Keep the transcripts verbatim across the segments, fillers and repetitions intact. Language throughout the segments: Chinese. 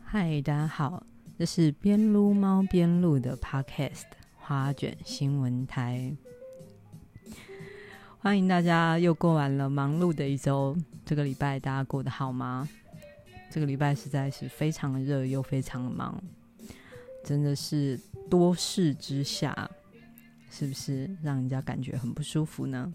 嗨，大家好，这是边撸猫边录的 Podcast 花卷新闻台，欢迎大家又过完了忙碌的一周。这个礼拜大家过得好吗？这个礼拜实在是非常热又非常忙，真的是多事之下，是不是让人家感觉很不舒服呢？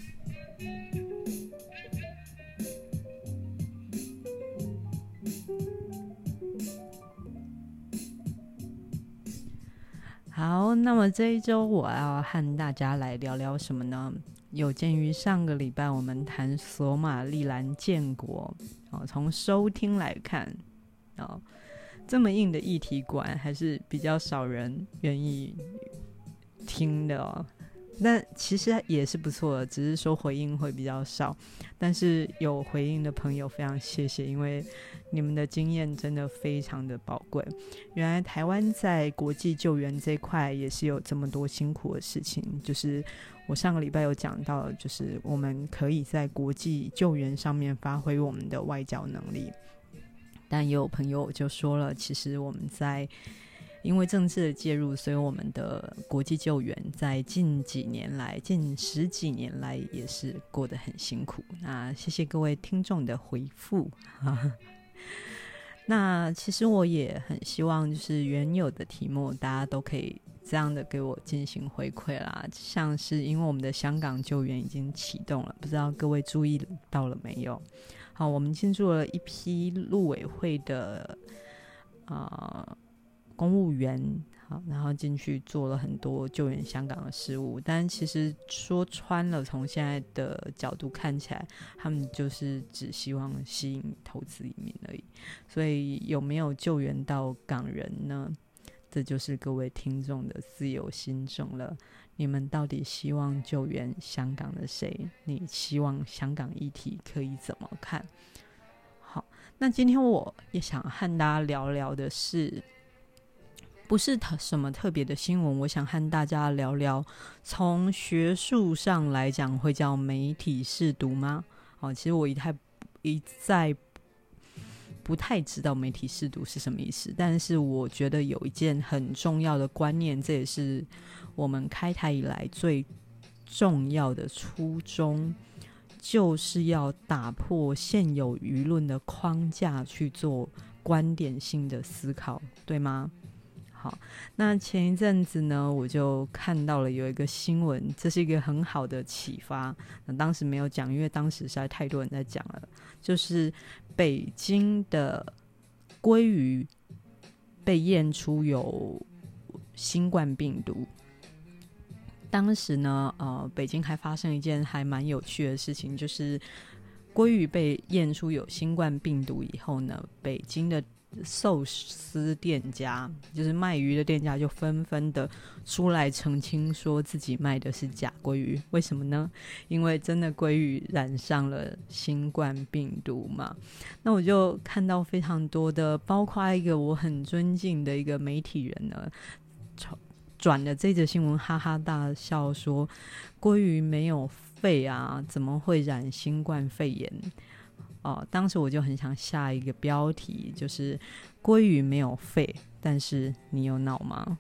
好，那么这一周我要和大家来聊聊什么呢？有鉴于上个礼拜我们谈索马利兰建国，哦，从收听来看，哦，这么硬的议题馆还是比较少人愿意听的哦。但其实也是不错的，只是说回应会比较少，但是有回应的朋友非常谢谢，因为你们的经验真的非常的宝贵。原来台湾在国际救援这一块也是有这么多辛苦的事情，就是我上个礼拜有讲到，就是我们可以在国际救援上面发挥我们的外交能力，但也有朋友就说了，其实我们在因为政治的介入，所以我们的国际救援在近几年来近十几年来也是过得很辛苦。那谢谢各位听众的回复那其实我也很希望就是原有的题目大家都可以这样的给我进行回馈啦，像是因为我们的香港救援已经启动了，不知道各位注意到了没有。好，我们进驻了一批陆委会的呃公务员，好，然后进去做了很多救援香港的事务，但其实说穿了，从现在的角度看起来，他们就是只希望吸引投资移民而已。所以有没有救援到港人呢？这就是各位听众的自由心证了。你们到底希望救援香港的谁？你希望香港议题可以怎么看？好，那今天我也想和大家聊聊的是，不是什么特别的新闻，我想和大家聊聊，从学术上来讲会叫媒体识读吗？哦，其实我一太一再不太知道媒体识读是什么意思，但是我觉得有一件很重要的观念，这也是我们开台以来最重要的初衷，就是要打破现有舆论的框架去做观点性的思考，对吗？好，那前一阵子呢，我就看到了有一个新闻，这是一个很好的启发。那当时没有讲，因为当时实在太多人在讲了，就是北京的鲑鱼被验出有新冠病毒。当时呢，呃，北京还发生一件还蛮有趣的事情，就是鲑鱼被验出有新冠病毒以后呢，北京的寿司店家，就是卖鱼的店家，就纷纷的出来澄清说自己卖的是假鲑鱼。为什么呢？因为真的鲑鱼染上了新冠病毒嘛。那我就看到非常多的，包括一个我很尊敬的一个媒体人呢，转了这则新闻哈哈大笑说，鲑鱼没有肺啊，怎么会染新冠肺炎？哦，当时我就很想下一个标题，就是鲑鱼没有肺，但是你有脑吗？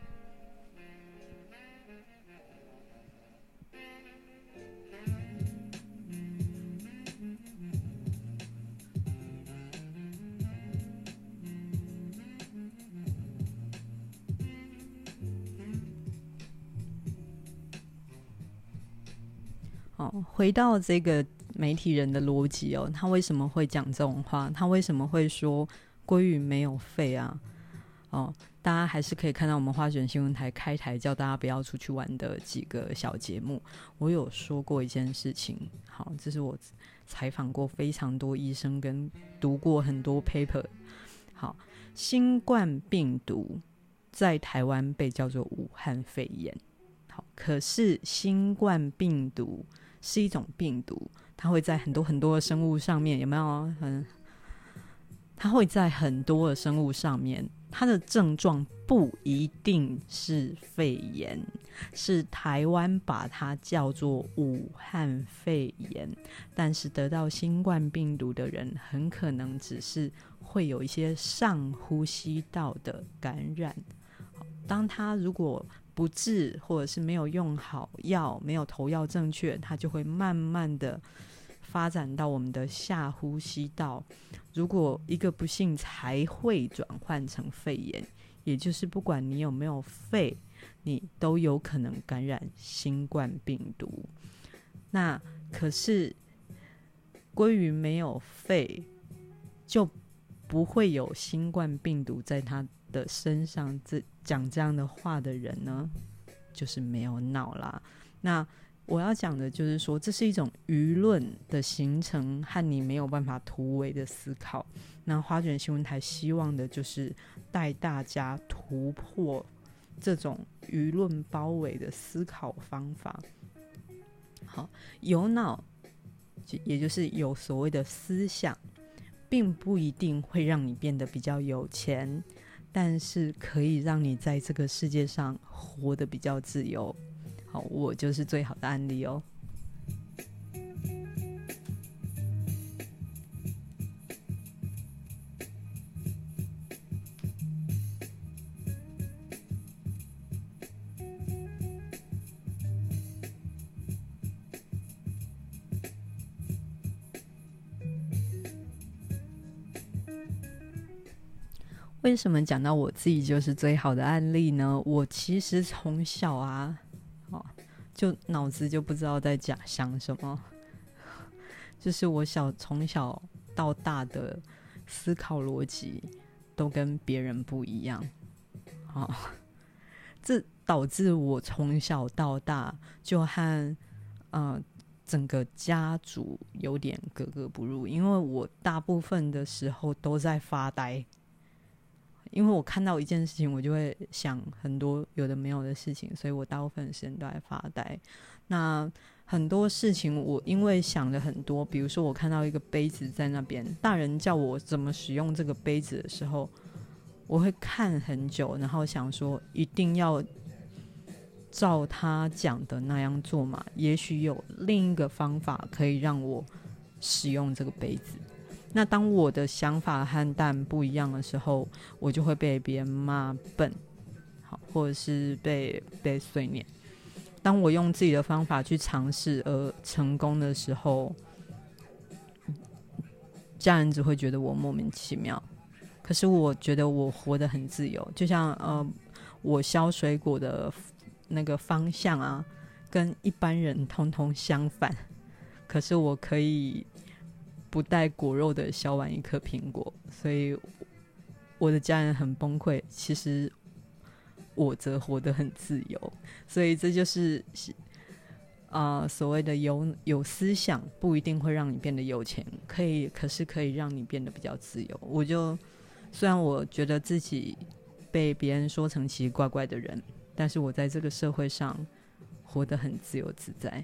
哦，回到这个媒体人的逻辑哦，他为什么会讲这种话？他为什么会说鲑鱼没有肺啊？哦，大家还是可以看到我们花卷新闻台开台叫大家不要出去玩的几个小节目，我有说过一件事情。好，这是我采访过非常多医生跟读过很多 paper。好，新冠病毒在台湾被叫做武汉肺炎。好，可是新冠病毒是一种病毒，它会在很多很多的生物上面，有没有？很它会在很多的生物上面，它的症状不一定是肺炎，是台湾把它叫做武汉肺炎，但是得到新冠病毒的人很可能只是会有一些上呼吸道的感染。当他如果不治，或者是没有用好药，没有投药正确，它就会慢慢的发展到我们的下呼吸道，如果一个不幸才会转换成肺炎，也就是不管你有没有肺，你都有可能感染新冠病毒。那可是鲑鱼没有肺，就不会有新冠病毒在他的身上，这讲这样的话的人呢，就是没有脑啦。那我要讲的就是说，这是一种舆论的形成和你没有办法突围的思考。那花卷新闻台希望的就是带大家突破这种舆论包围的思考方法。好，有脑也就是有所谓的思想，并不一定会让你变得比较有钱，但是可以让你在这个世界上活得比较自由。好，我就是最好的案例哦。为什么讲到我自己就是最好的案例呢？我其实从小啊，哦，就脑子就不知道在假想什么，就是我小从小到大的思考逻辑都跟别人不一样，哦，这导致我从小到大就和呃整个家族有点格格不入，因为我大部分的时候都在发呆。因为我看到一件事情，我就会想很多有的没有的事情，所以我大部分的时间都在发呆。那很多事情我因为想了很多，比如说我看到一个杯子在那边，大人叫我怎么使用这个杯子的时候，我会看很久，然后想说一定要照他讲的那样做嘛，也许有另一个方法可以让我使用这个杯子。那当我的想法和蛋不一样的时候，我就会被别人骂笨，好，或者是被被碎念。当我用自己的方法去尝试而成功的时候，家人只会觉得我莫名其妙。可是我觉得我活得很自由，就像呃，我削水果的那个方向啊，跟一般人通通相反。可是我可以不带果肉的削完一颗苹果，所以我的家人很崩溃。其实我则活得很自由，所以这就是呃所谓的有有思想不一定会让你变得有钱，可以可是可以让你变得比较自由。我就虽然我觉得自己被别人说成奇奇怪怪的人，但是我在这个社会上活得很自由自在。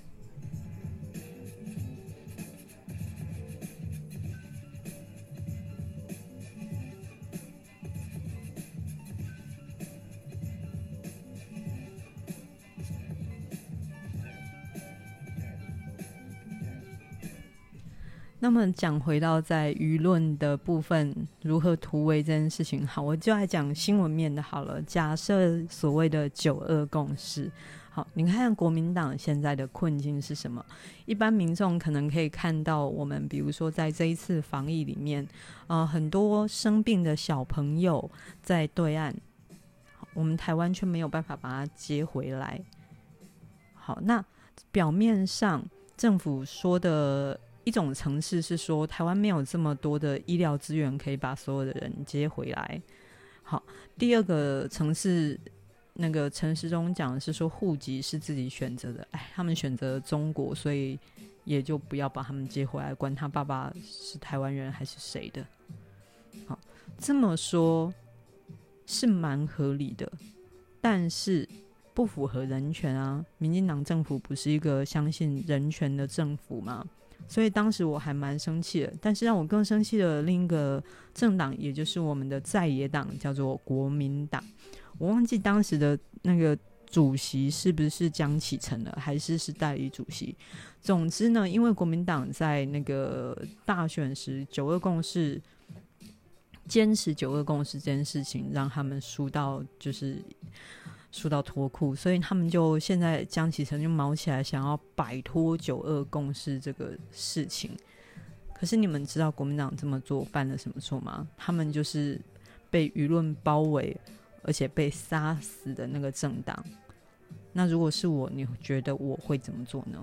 那么讲回到在舆论的部分，如何突围这件事情，好，我就来讲新闻面的好了。假设所谓的九二共识，好，你看国民党现在的困境是什么？一般民众可能可以看到，我们比如说在这一次防疫里面，呃，很多生病的小朋友在对岸，我们台湾却没有办法把他接回来。好，那表面上政府说的一种层次是说，台湾没有这么多的医疗资源可以把所有的人接回来。好，第二个层次，那个陈时中讲的是说，户籍是自己选择的，哎，他们选择中国，所以也就不要把他们接回来，管他爸爸是台湾人还是谁的。好，这么说是蛮合理的，但是不符合人权啊！民进党政府不是一个相信人权的政府吗？ 所以当时我还蛮生气的。但是让我更生气的另一个政党，也就是我们的在野党，叫做国民党。我忘记当时的那个主席是不是江启臣了，还是是代理主席。总之呢，因为国民党在那个大选时九二共识坚持九二共识这件事情，让他们输到就是输到脱裤，所以他们就现在江启臣就毛起来，想要摆脱九二共识这个事情。可是你们知道国民党这么做犯了什么错吗？他们就是被舆论包围，而且被杀死的那个政党。那如果是我，你觉得我会怎么做呢？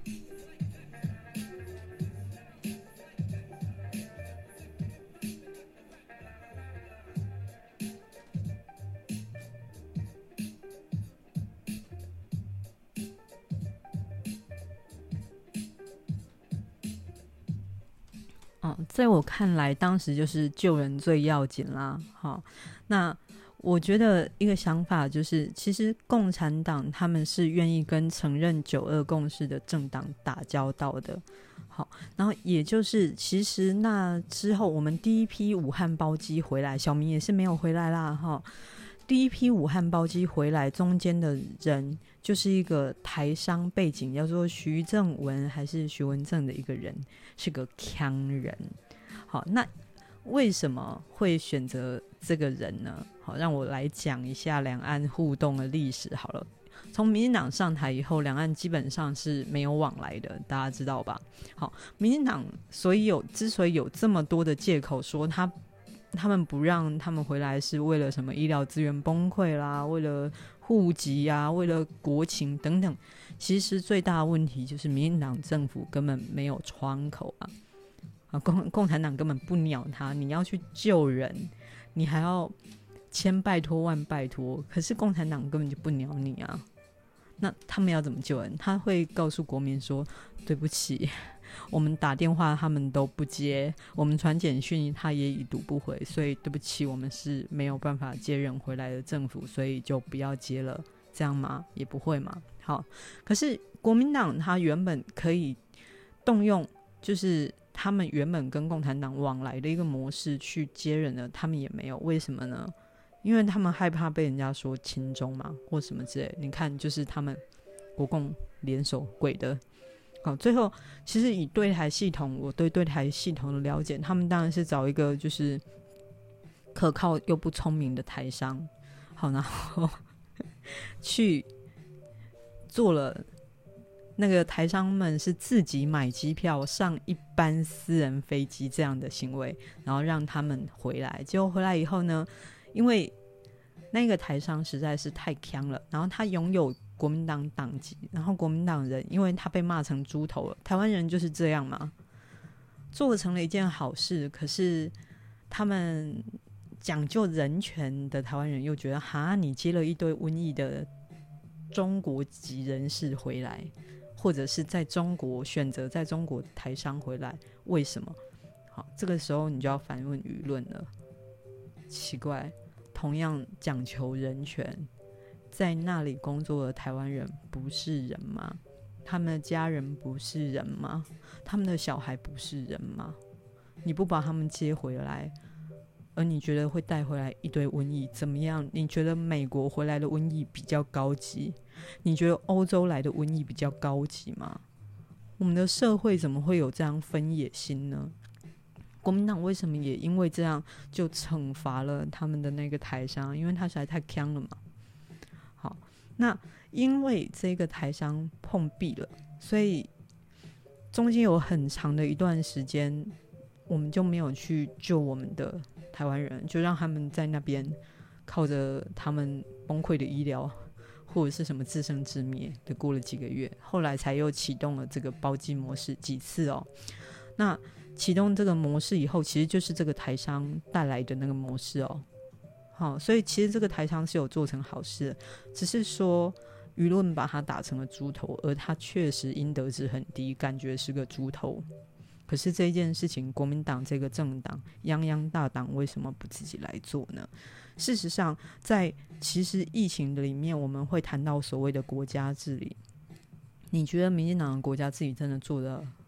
哦，在我看来，当时就是救人最要紧啦。好，那我觉得一个想法就是，其实共产党他们是愿意跟承认九二共识的政党打交道的。好，然后也就是其实那之后，我们第一批武汉包机回来，小明也是没有回来啦。哈，第一批武汉包机回来，中间的人就是一个台商背景，叫做徐正文还是徐文正的一个人，是个腔人。好，那为什么会选择这个人呢？好，让我来讲一下两岸互动的历史好了。从民进党上台以后，两岸基本上是没有往来的，大家知道吧？好，民进党所以有之所以有这么多的借口说他他们不让他们回来是为了什么医疗资源崩溃啦，为了户籍啊，为了国情等等，其实最大的问题就是民进党政府根本没有窗口啊。啊，共共产党根本不鸟他，你要去救人，你还要千拜托万拜托，可是共产党根本就不鸟你啊。那他们要怎么救人？他会告诉国民说，对不起，我们打电话他们都不接，我们传简讯他也已读不回，所以对不起，我们是没有办法接人回来的政府，所以就不要接了，这样吗？也不会嘛。好，可是国民党他原本可以动用就是他们原本跟共产党往来的一个模式去接人的，他们也没有。为什么呢？因为他们害怕被人家说亲中嘛，或什么之类。你看，就是他们国共联手鬼的。好，最后其实以对台系统，我对对台系统的了解，他们当然是找一个就是可靠又不聪明的台商，好，然后去做了。那个台商们是自己买机票上一班私人飞机这样的行为，然后让他们回来。结果回来以后呢，因为那个台商实在是太强了，然后他拥有国民党党籍，然后国民党人因为他被骂成猪头了，台湾人就是这样嘛，做成了一件好事，可是他们讲究人权的台湾人又觉得，哈，你接了一堆瘟疫的中国籍人士回来，或者是在中国选择在中国台商回来，为什么？好，这个时候你就要反问舆论了。奇怪，同样讲求人权，在那里工作的台湾人不是人吗？他们的家人不是人吗？他们的小孩不是人吗？你不把他们接回来，而你觉得会带回来一堆瘟疫，怎么样？你觉得美国回来的瘟疫比较高级？你觉得欧洲来的瘟疫比较高级吗？我们的社会怎么会有这样分野心呢？国民党为什么也因为这样就惩罚了他们的那个台商？因为他实在太强了嘛。好，那因为这个台商碰壁了，所以中间有很长的一段时间我们就没有去救我们的台湾人，就让他们在那边靠着他们崩溃的医疗或者是什么自生自灭的过了几个月，后来才又启动了这个包机模式几次哦。那启动这个模式以后，其实就是这个台商带来的那个模式哦。好，所以其实这个台商是有做成好事的，只是说舆论把他打成了猪头，而他确实应得值很低，感觉是个猪头。可是这件事情，国民党这个政党泱泱大党为什么不自己来做呢？事实上，在其实疫情的里面，我们会谈到所谓的国家治理。你觉得民进党的国家治理真的做得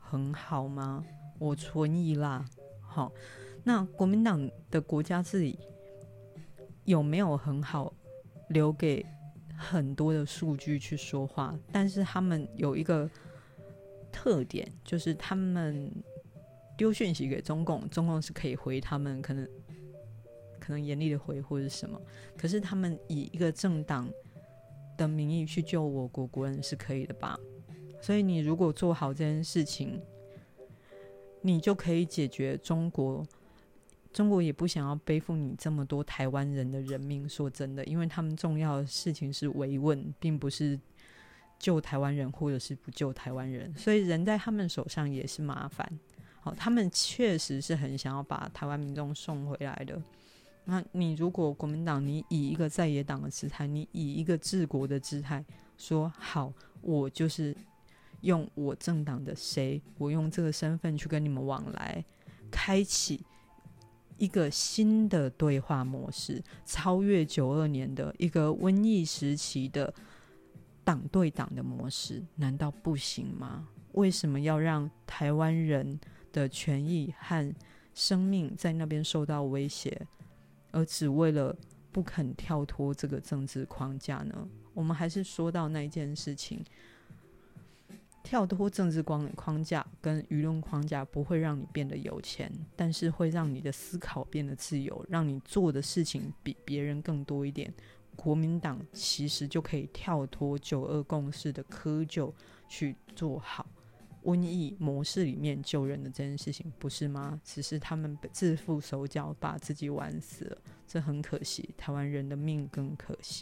很好吗？我存疑啦。好，那国民党的国家治理有没有很好，留给很多的数据去说话？但是他们有一个特点，就是他们丢讯息给中共，中共是可以回他们，可能可能严厉的回或者什么，可是他们以一个政党的名义去救我国国人是可以的吧？所以你如果做好这件事情，你就可以解决中国中国也不想要背负你这么多台湾人的人命，说真的，因为他们重要的事情是维稳，并不是救台湾人或者是不救台湾人，所以人在他们手上也是麻烦。好，他们确实是很想要把台湾民众送回来的。那你如果国民党你以一个在野党的姿态，你以一个治国的姿态说好，我就是用我政党的谁，我用这个身份去跟你们往来，开启一个新的对话模式，超越九二年的一个瘟疫时期的党对党的模式，难道不行吗？为什么要让台湾人的权益和生命在那边受到威胁，而只为了不肯跳脱这个政治框架呢？我们还是说到那一件事情，跳脱政治框架跟舆论框架不会让你变得有钱，但是会让你的思考变得自由，让你做的事情比别人更多一点。国民党其实就可以跳脱九二共识的窠臼，去做好瘟疫模式里面救人的这件事情，不是吗？只是他们自负手脚，把自己玩死了，这很可惜，台湾人的命更可惜。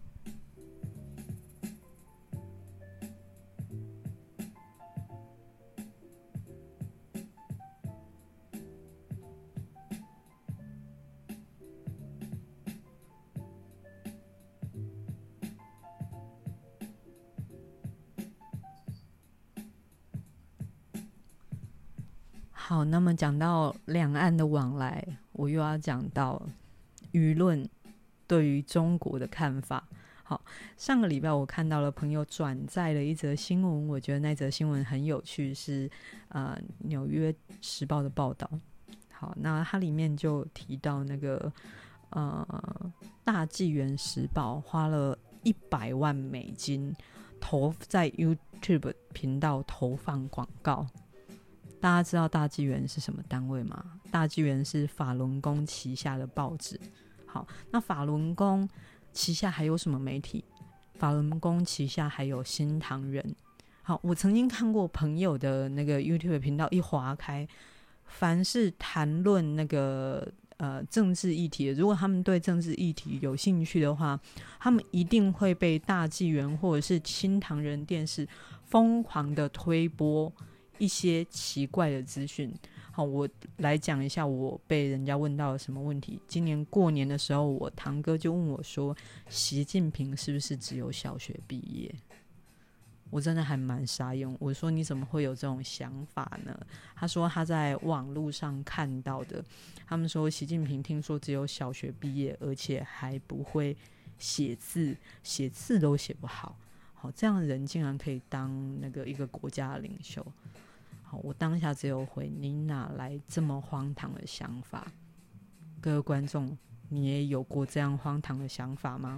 好，那么讲到两岸的往来，我又要讲到舆论对于中国的看法。好，上个礼拜我看到了朋友转载了一则新闻，我觉得那则新闻很有趣，是呃纽约时报的报道。好，那它里面就提到那个呃大纪元时报花了一百万美金投在 YouTube 频道投放广告。大家知道大纪元是什么单位吗？大纪元是法轮功旗下的报纸。好，那法轮功旗下还有什么媒体？法轮功旗下还有新唐人。好，我曾经看过朋友的那个 YouTube 频道，一滑开，凡是谈论那个呃政治议题，如果他们对政治议题有兴趣的话，他们一定会被大纪元或者是新唐人电视疯狂的推播一些奇怪的资讯。好，我来讲一下我被人家问到了什么问题。今年过年的时候，我堂哥就问我说，习近平是不是只有小学毕业？我真的还蛮傻眼，我说你怎么会有这种想法呢？他说他在网络上看到的，他们说习近平听说只有小学毕业，而且还不会写字，写字都写不好。好，这样的人竟然可以当那个一个国家的领袖。好，我当下只有回，你哪来这么荒唐的想法？各位观众，你也有过这样荒唐的想法吗？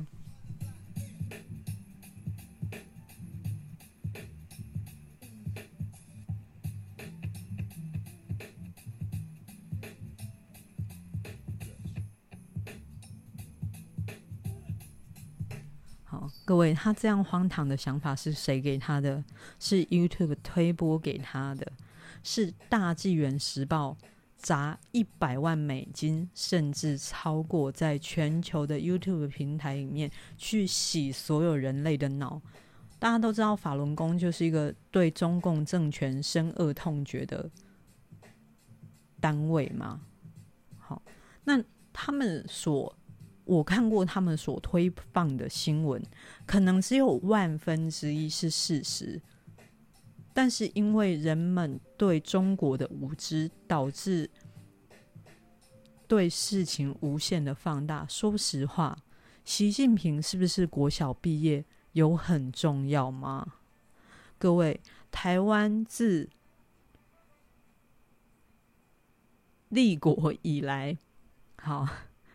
好，各位，他这样荒唐的想法是谁给他的？是 YouTube 推播给他的，是大纪元时报砸一百万美金，甚至超过，在全球的 YouTube 平台里面去洗所有人类的脑。大家都知道法轮功就是一个对中共政权深恶痛绝的单位嘛。好，那他们所我看过他们所推放的新闻，可能只有万分之一是事实，但是因为人们对中国的无知，导致对事情无限的放大。说实话，习近平是不是国小毕业有很重要吗？各位，台湾自立国以来，好，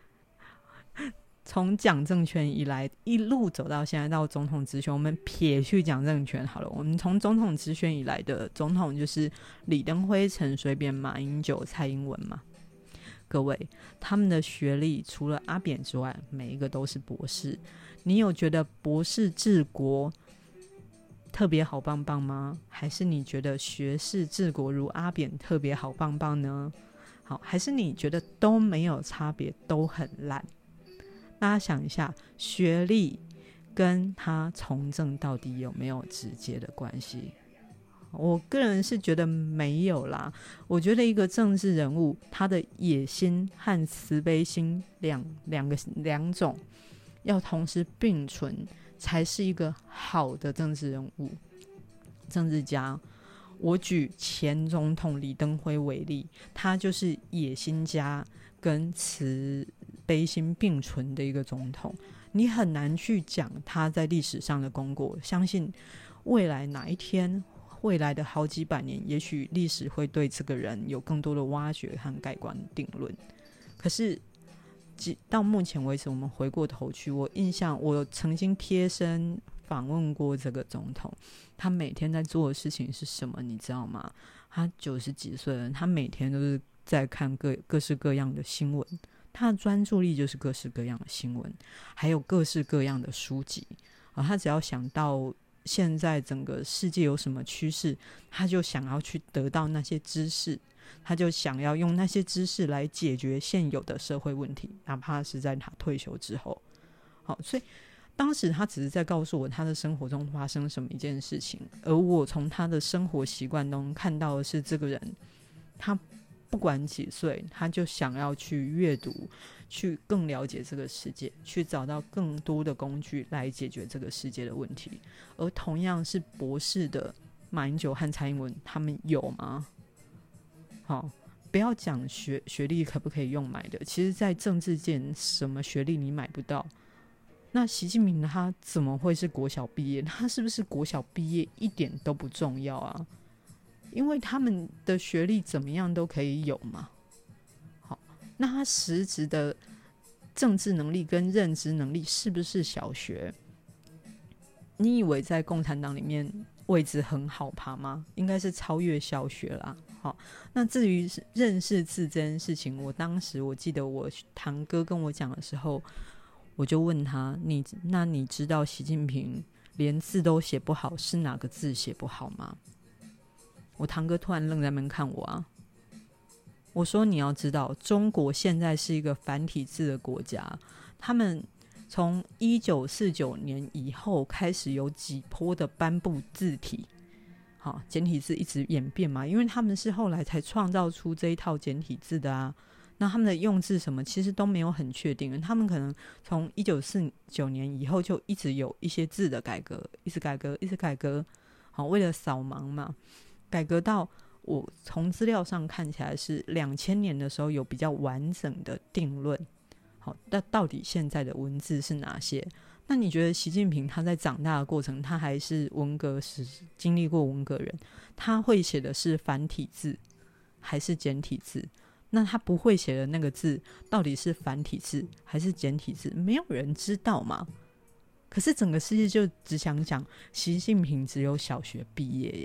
从蒋政权以来一路走到现在到总统直选，我们撇去蒋政权好了，我们从总统直选以来的总统就是李登辉、陈水扁、马英九、蔡英文嘛。各位，他们的学历除了阿扁之外，每一个都是博士。你有觉得博士治国特别好棒棒吗？还是你觉得学士治国如阿扁特别好棒棒呢？好，还是你觉得都没有差别，都很烂？大家想一下，学历跟他从政到底有没有直接的关系？我个人是觉得没有啦。我觉得一个政治人物，他的野心和慈悲心两两个两种要同时并存，才是一个好的政治人物、政治家。我举前总统李登辉为例，他就是野心家跟慈悲心并存的一个总统。你很难去讲他在历史上的功过，相信未来哪一天，未来的好几百年，也许历史会对这个人有更多的挖掘和盖棺定论。可是到目前为止，我们回过头去，我印象我曾经贴身访问过这个总统，他每天在做的事情是什么你知道吗？他九十几岁了，他每天都是在看 各, 各式各样的新闻，他的专注力就是各式各样的新闻，还有各式各样的书籍、啊、他只要想到现在整个世界有什么趋势，他就想要去得到那些知识，他就想要用那些知识来解决现有的社会问题，哪怕是在他退休之后。好，所以当时他只是在告诉我他的生活中发生什么一件事情，而我从他的生活习惯中看到的是，这个人他不管几岁，他就想要去阅读，去更了解这个世界，去找到更多的工具来解决这个世界的问题。而同样是博士的马英九和蔡英文，他们有吗？好，不要讲 学, 学历可不可以用买的，其实在政治界什么学历你买不到。那习近平他怎么会是国小毕业？他是不是国小毕业一点都不重要啊，因为他们的学历怎么样都可以有嘛。好，那他实质的政治能力跟认知能力是不是小学？你以为在共产党里面位置很好爬吗？应该是超越小学啦。好，那至于认识字这件事情，我当时我记得我堂哥跟我讲的时候，我就问他，你那你知道习近平连字都写不好，是哪个字写不好吗？我堂哥突然愣在那边看我啊。我说你要知道，中国现在是一个繁体字的国家，他们从一九四九年以后开始有几波的颁布字体，好，简体字一直演变嘛，因为他们是后来才创造出这一套简体字的啊。那他们的用字什么其实都没有很确定，他们可能从一九四九年以后就一直有一些字的改革，一直改革一直改革，好，为了扫盲嘛，改革到我从资料上看起来是两千年的时候有比较完整的定论。好，那到底现在的文字是哪些？那你觉得习近平他在长大的过程，他还是文革时经历过文革人，他会写的是繁体字还是简体字？那他不会写的那个字到底是繁体字还是简体字？没有人知道嘛。可是整个世界就只想讲习近平只有小学毕业耶，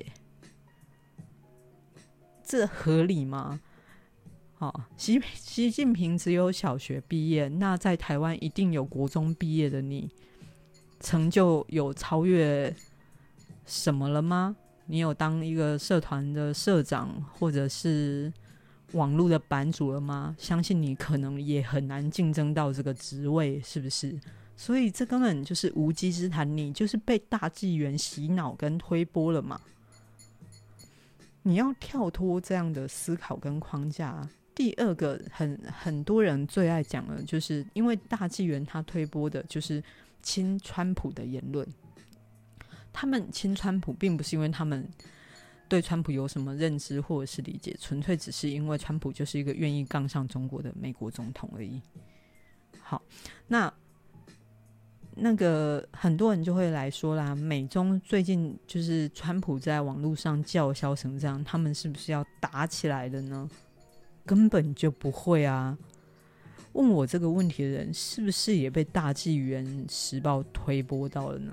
这合理吗？哦，习习近平只有小学毕业，那在台湾一定有国中毕业的你，成就有超越什么了吗？你有当一个社团的社长或者是网络的版主了吗？相信你可能也很难竞争到这个职位，是不是？所以这根本就是无稽之谈，你就是被大纪元洗脑跟推波了嘛。你要跳脱这样的思考跟框架。第二个很很多人最爱讲的，就是因为大纪元他推播的就是亲川普的言论，他们亲川普并不是因为他们对川普有什么认知或者是理解，纯粹只是因为川普就是一个愿意杠上中国的美国总统而已。好，那那个很多人就会来说啦，美中最近就是川普在网络上叫嚣成这样，他们是不是要打起来了呢？ 根本就不会啊。问我这个问题的人是不是也被大纪元时报推播到了呢？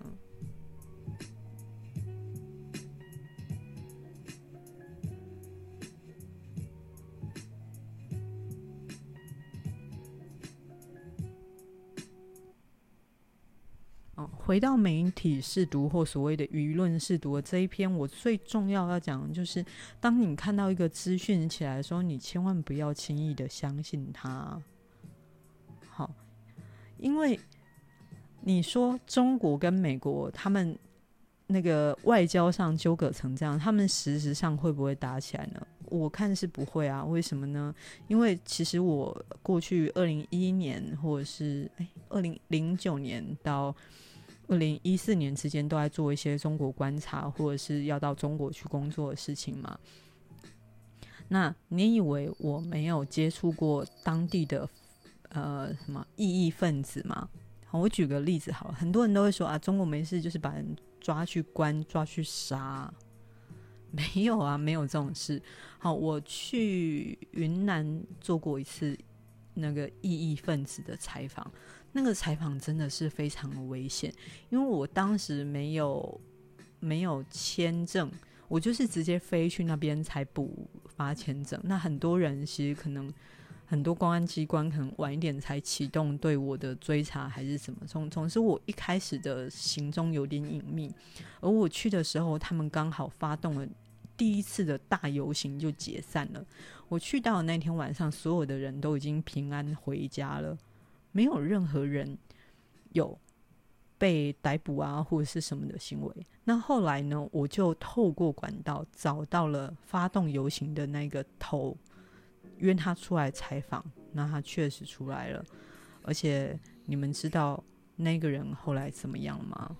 哦，回到媒体识读或所谓的舆论识读的这一篇，我最重要要讲的就是，当你看到一个资讯起来的时候，你千万不要轻易的相信它。好，因为你说中国跟美国他们那个外交上纠葛成这样，他们实质上会不会打起来呢？我看是不会啊。为什么呢？因为其实我过去二零一一年或者是二零零九年到二零一四年之间都在做一些中国观察或者是要到中国去工作的事情嘛。那你以为我没有接触过当地的呃什么异议分子吗？好，我举个例子好了，很多人都会说啊，中国没事就是把人抓去关抓去杀，没有啊，没有这种事。好，我去云南做过一次那个异议分子的采访，那个采访真的是非常的危险，因为我当时没有没有签证，我就是直接飞去那边才补发签证。那很多人其实可能很多公安机关可能晚一点才启动对我的追查还是什么，总总之我一开始的行踪有点隐秘，而我去的时候他们刚好发动了第一次的大游行就解散了。我去到的那天晚上，所有的人都已经平安回家了，没有任何人有被逮捕啊或者是什么的行为。那后来呢，我就透过管道找到了发动游行的那个头，约他出来采访，那他确实出来了。而且你们知道那个人后来怎么样吗？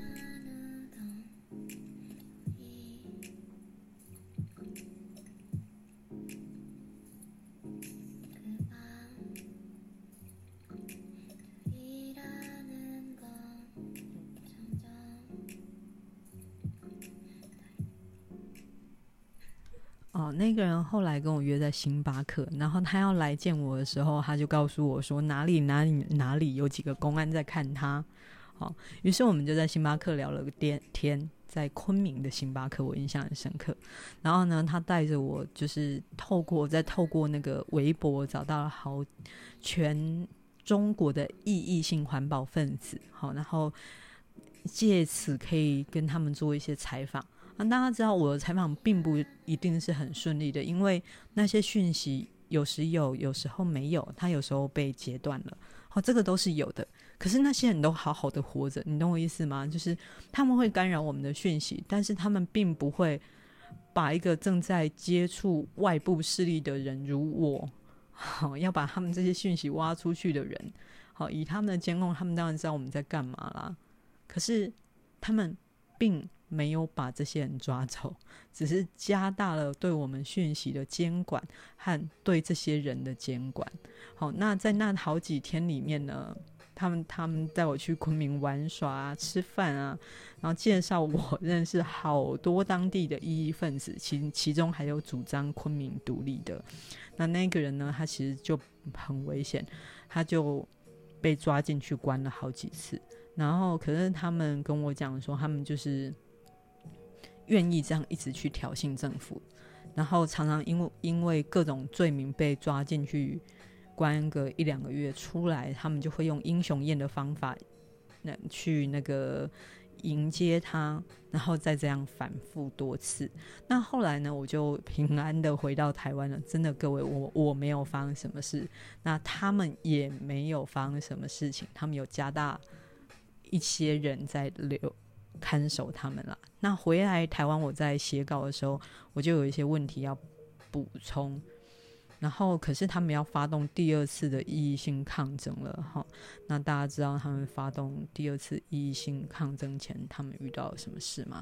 哦，那个人后来跟我约在星巴克，然后他要来见我的时候，他就告诉我说哪里哪里哪里有几个公安在看他。好，于是我们就在星巴克聊了个天，在昆明的星巴克，我印象很深刻。然后呢，他带着我，就是透过再透过那个微博找到了好全中国的异议性环保分子，好，然后借此可以跟他们做一些采访。那大家知道我的采访并不一定是很顺利的，因为那些讯息有时有，有时候没有，它有时候被截断了，哦，这个都是有的。可是那些人都好好的活着，你懂我意思吗？就是他们会干扰我们的讯息，但是他们并不会把一个正在接触外部势力的人如我，好，要把他们这些讯息挖出去的人，好，以他们的监控，他们当然知道我们在干嘛啦。可是他们并没有把这些人抓走，只是加大了对我们讯息的监管和对这些人的监管。好，那在那好几天里面呢，他们他们带我去昆明玩耍啊、吃饭啊，然后介绍我认识好多当地的异议分子，其其中还有主张昆明独立的。那那个人呢，他其实就很危险，他就被抓进去关了好几次。然后可是他们跟我讲说，他们就是愿意这样一直去挑衅政府，然后常常因为因为各种罪名被抓进去关个一两个月，出来他们就会用英雄宴的方法那去那个迎接他，然后再这样反复多次。那后来呢，我就平安的回到台湾了。真的各位，我我没有发生什么事，那他们也没有发生什么事情，他们有加大一些人在留看守他们啦。那回来台湾，我在写稿的时候，我就有一些问题要补充。然后可是他们要发动第二次的异议性抗争了，那大家知道他们发动第二次异议性抗争前他们遇到了什么事吗？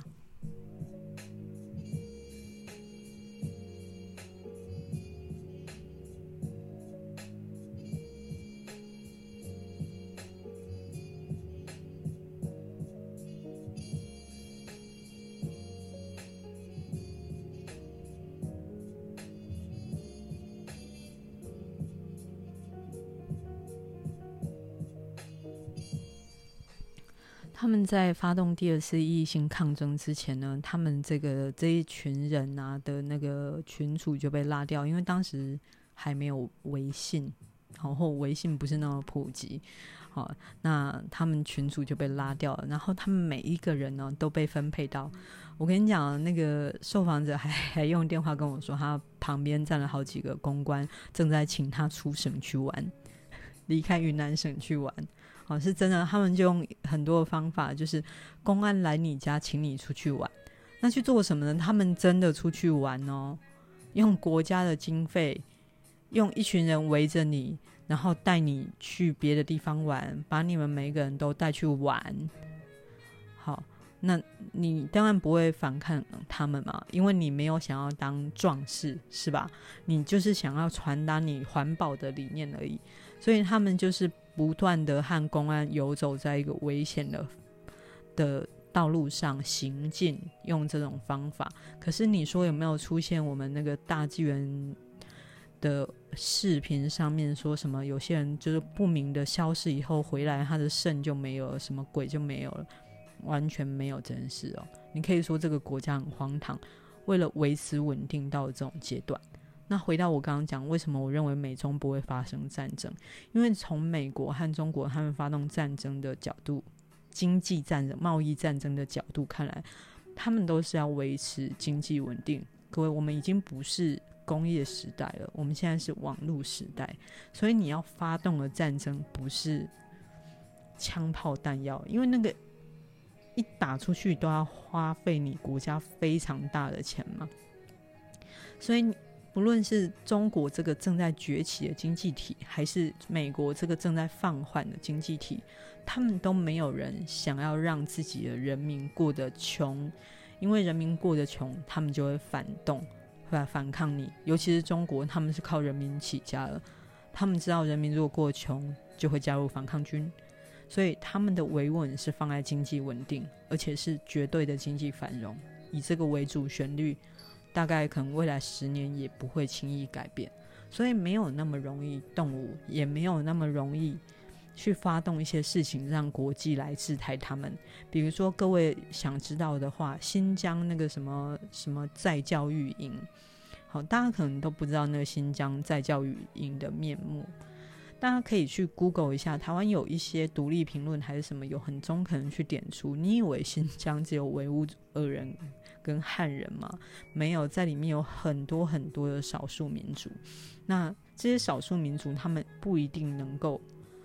他们在发动第二次异议性抗争之前呢，他们这个这一群人啊的那个群组就被拉掉，因为当时还没有微信，然后微信不是那么普及，好，那他们群组就被拉掉了，然后他们每一个人呢都被分配到，我跟你讲，那个受访者还还用电话跟我说，他旁边站了好几个公关，正在请他出省去玩，离开云南省去玩。哦，是真的，他们就用很多的方法，就是公安来你家请你出去玩，那去做什么呢？他们真的出去玩哦，用国家的经费，用一群人围着你，然后带你去别的地方玩，把你们每一个人都带去玩。好，那你当然不会反抗他们嘛，因为你没有想要当壮士，是吧？你就是想要传达你环保的理念而已，所以他们就是不断的和公安游走在一个危险的的道路上行进，用这种方法。可是你说有没有出现我们那个大纪元的视频上面说什么有些人就是不明的消失以后回来，他的肾就没有了，什么鬼就没有了？完全没有这件事哦。你可以说这个国家很荒唐，为了维持稳定到这种阶段。那回到我刚刚讲，为什么我认为美中不会发生战争？因为从美国和中国他们发动战争的角度，经济战争、贸易战争的角度看来，他们都是要维持经济稳定。各位，我们已经不是工业时代了，我们现在是网络时代，所以你要发动的战争不是枪炮弹药，因为那个一打出去都要花费你国家非常大的钱嘛。所以不论是中国这个正在崛起的经济体，还是美国这个正在放缓的经济体，他们都没有人想要让自己的人民过得穷，因为人民过得穷，他们就会反动，会来反抗你。尤其是中国，他们是靠人民起家的，他们知道人民如果过得穷，就会加入反抗军，所以他们的维稳是放在经济稳定，而且是绝对的经济繁荣，以这个为主旋律，大概可能未来十年也不会轻易改变，所以没有那么容易动武，也没有那么容易去发动一些事情让国际来制裁他们。比如说各位想知道的话，新疆那个什么什么再教育营，好，大家可能都不知道那个新疆再教育营的面目，大家可以去 Google 一下，台湾有一些独立评论还是什么有很中肯的去点出，你以为新疆只有维吾尔人跟汉人吗？没有，在里面有很多很多的少数民族，那这些少数民族他们不一定能够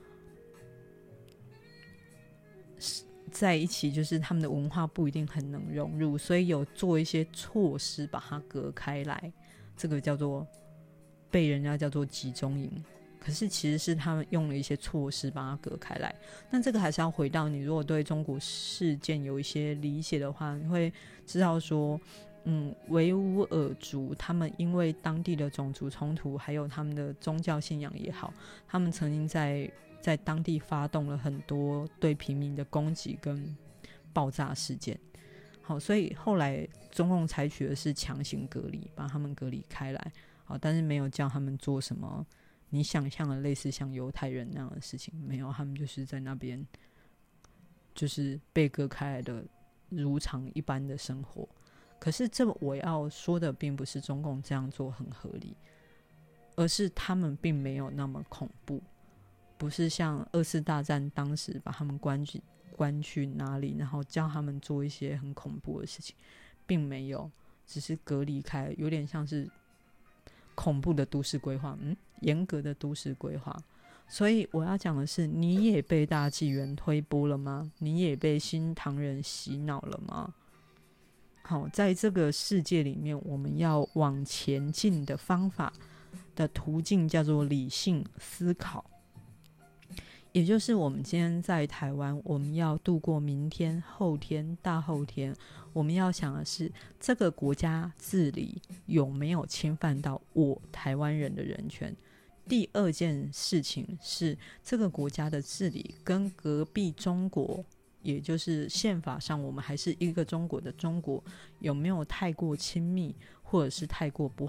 在一起，就是他们的文化不一定很能融入，所以有做一些措施把它隔开来，这个叫做被人家叫做集中营，可是其实是他们用了一些措施把它隔开来。那这个还是要回到你如果对中国事件有一些理解的话，你会知道说嗯，维吾尔族他们因为当地的种族冲突还有他们的宗教信仰也好，他们曾经在在当地发动了很多对平民的攻击跟爆炸事件。好，所以后来中共采取的是强行隔离，把他们隔离开来，好，但是没有叫他们做什么你想象的类似像犹太人那样的事情，没有，他们就是在那边就是被割开来的如常一般的生活。可是这我要说的并不是中共这样做很合理，而是他们并没有那么恐怖，不是像二次大战当时把他们关去关去哪里，然后叫他们做一些很恐怖的事情，并没有，只是隔离开，有点像是恐怖的都市规划，嗯，严格的都市规划。所以我要讲的是，你也被大纪元推波了吗？你也被新唐人洗脑了吗？好，在这个世界里面，我们要往前进的方法的途径叫做理性思考，也就是我们今天在台湾，我们要度过明天、后天、大后天，我们要想的是这个国家治理有没有侵犯到我台湾人的人权。第二件事情是这个国家的治理跟隔壁中国，也就是宪法上我们还是一个中国的中国，有没有太过亲密或者是太过不好。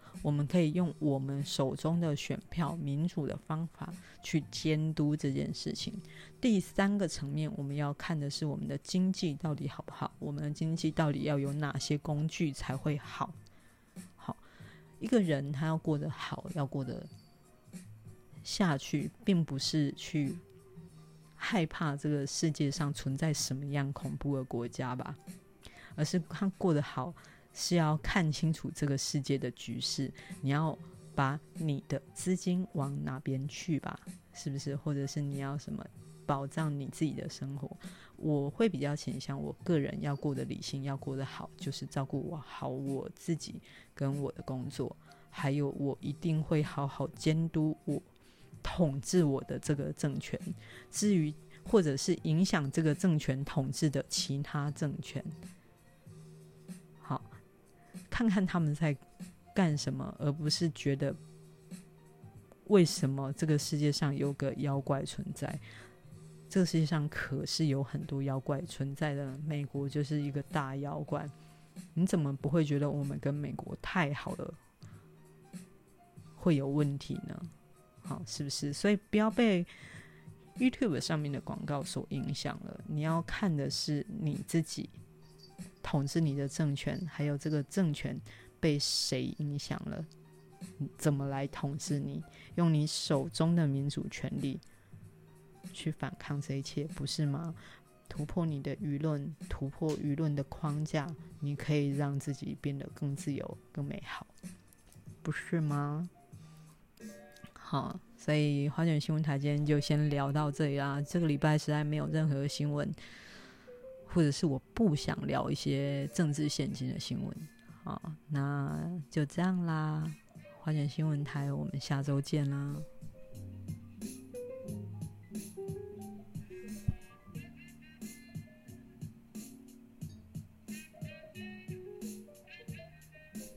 我们可以用我们手中的选票民主的方法去监督这件事情。第三个层面，我们要看的是我们的经济到底好不好，我们的经济到底要有哪些工具才会好。好，一个人他要过得好，要过得下去，并不是去害怕这个世界上存在什么样恐怖的国家吧，而是他过得好是要看清楚这个世界的局势，你要把你的资金往哪边去吧，是不是？或者是你要什么保障你自己的生活。我会比较倾向我个人要过得理性，要过得好，就是照顾我好我自己跟我的工作，还有我一定会好好监督我统治我的这个政权，至于或者是影响这个政权统治的其他政权，好，看看他们在干什么，而不是觉得为什么这个世界上有个妖怪存在。这个世界上可是有很多妖怪存在的，美国就是一个大妖怪，你怎么不会觉得我们跟美国太好了会有问题呢？好，是不是？所以不要被 YouTube 上面的广告所影响了，你要看的是你自己统治你的政权，还有这个政权被谁影响了，怎么来统治你，用你手中的民主权利去反抗这一切，不是吗？突破你的舆论，突破舆论的框架，你可以让自己变得更自由更美好，不是吗？好，所以花卷新闻台今天就先聊到这里啦。这个礼拜实在没有任何新闻，或者是我不想聊一些政治现金的新闻。好，那就这样啦。花卷新闻台，我们下周见啦。